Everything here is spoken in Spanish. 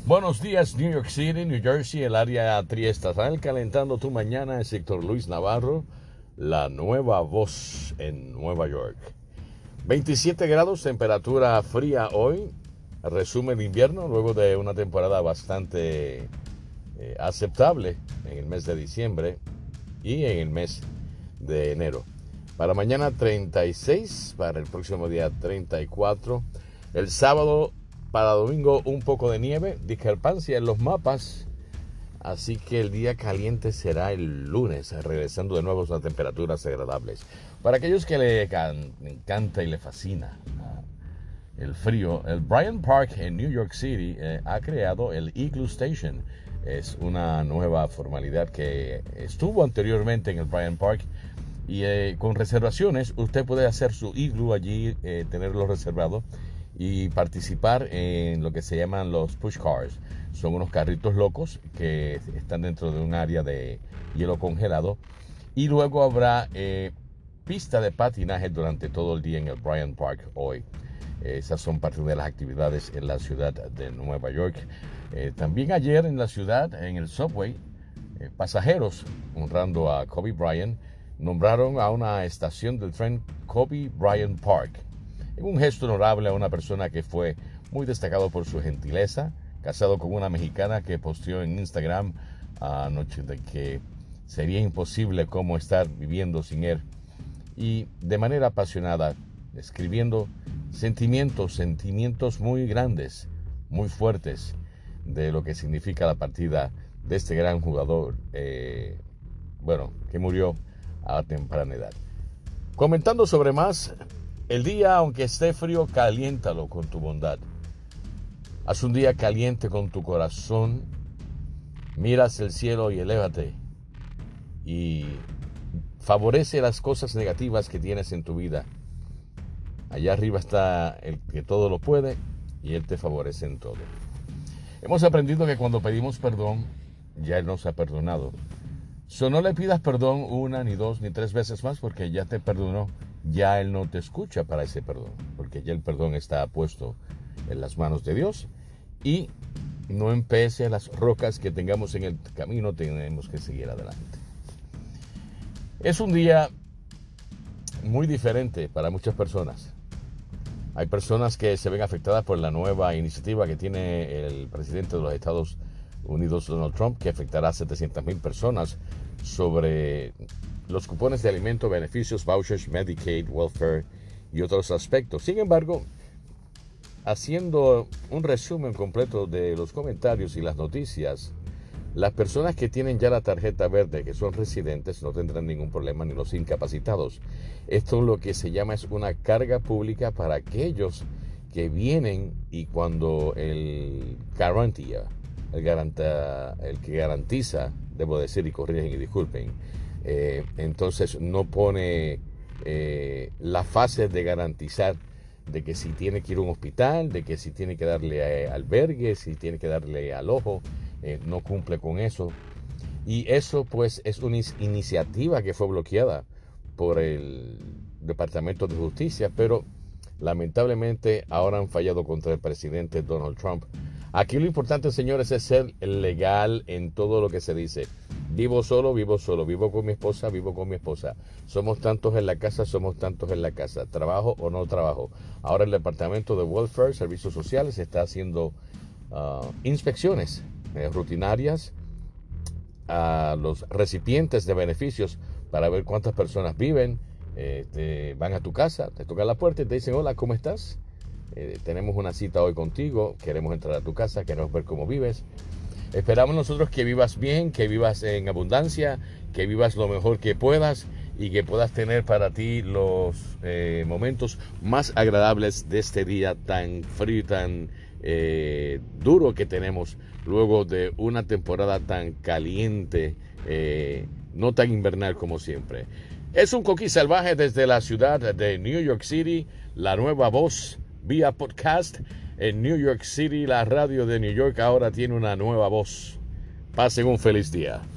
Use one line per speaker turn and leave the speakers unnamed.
Buenos días, New York City, New Jersey, el área triestatal, calentando tu mañana, el sector Luis Navarro, la nueva voz en Nueva York. 27 grados, temperatura fría hoy, resume el invierno luego de una temporada bastante aceptable en el mes de diciembre y en el mes de enero. Para mañana 36, para el próximo día 34, el sábado para domingo un poco de nieve, discrepancia en los mapas, así que el día caliente será el lunes, regresando de nuevo a temperaturas agradables. Para aquellos que le encanta y le fascina el frío, el Bryant Park en New York City ha creado el Igloo Station. Es una nueva formalidad que estuvo anteriormente en el Bryant Park y con reservaciones usted puede hacer su igloo allí, tenerlo reservado y participar en lo que se llaman los push cars. Son unos carritos locos que están dentro de un área de hielo congelado y luego habrá pista de patinaje durante todo el día en el Bryant Park hoy. Esas son parte de las actividades en la ciudad de Nueva York. También ayer en la ciudad, en el subway, pasajeros, honrando a Kobe Bryant, nombraron a una estación del tren Kobe Bryant Park, en un gesto honorable a una persona que fue muy destacado por su gentileza, casado con una mexicana que posteó en Instagram anoche de que sería imposible cómo estar viviendo sin él, y de manera apasionada, escribiendo sentimientos muy grandes, muy fuertes, de lo que significa la partida de este gran jugador, que murió a temprana edad. Comentando sobre más, el día, aunque esté frío, caliéntalo con tu bondad. Haz un día caliente con tu corazón, mira hacia el cielo y elévate, y favorece las cosas negativas que tienes en tu vida. Allá arriba está el que todo lo puede y Él te favorece en todo. Hemos aprendido que cuando pedimos perdón, ya Él nos ha perdonado. No le pidas perdón una, ni dos, ni tres veces más, porque ya te perdonó. Ya Él no te escucha para ese perdón, porque ya el perdón está puesto en las manos de Dios. Y no empece a las rocas que tengamos en el camino, tenemos que seguir adelante. Es un día muy diferente para muchas personas. Hay personas que se ven afectadas por la nueva iniciativa que tiene el presidente de los Estados Unidos, Donald Trump, que afectará a 700,000 personas sobre los cupones de alimento, beneficios, vouchers, Medicaid, welfare y otros aspectos. Sin embargo, haciendo un resumen completo de los comentarios y las noticias, las personas que tienen ya la tarjeta verde, que son residentes, no tendrán ningún problema, ni los incapacitados. Esto es lo que se llama es una carga pública para aquellos que vienen y cuando el que garantiza, debo decir, y corrigen y disculpen, entonces no pone la fase de garantizar de que si tiene que ir a un hospital, de que si tiene que darle albergue, si tiene que darle alojo, no cumple con eso. Y eso pues es una iniciativa que fue bloqueada por el Departamento de Justicia, pero lamentablemente ahora han fallado contra el presidente Donald Trump. Aquí lo importante, señores, es ser legal en todo lo que se dice. Vivo solo, vivo con mi esposa. Somos tantos en la casa, trabajo o no trabajo. Ahora el Departamento de Welfare, Servicios Sociales, está haciendo inspecciones rutinarias a los recipientes de beneficios para ver cuántas personas viven. Van a tu casa, te tocan la puerta y te dicen: hola, ¿cómo estás? Tenemos una cita hoy contigo, queremos entrar a tu casa, queremos ver cómo vives. Esperamos nosotros que vivas bien, que vivas en abundancia, que vivas lo mejor que puedas y que puedas tener para ti los momentos más agradables de este día tan frío y tan duro que tenemos luego de una temporada tan caliente, no tan invernal como siempre. Es un coquí salvaje desde la ciudad de New York City, la nueva voz vía podcast en New York City. La radio de New York ahora tiene una nueva voz. Pasen un feliz día.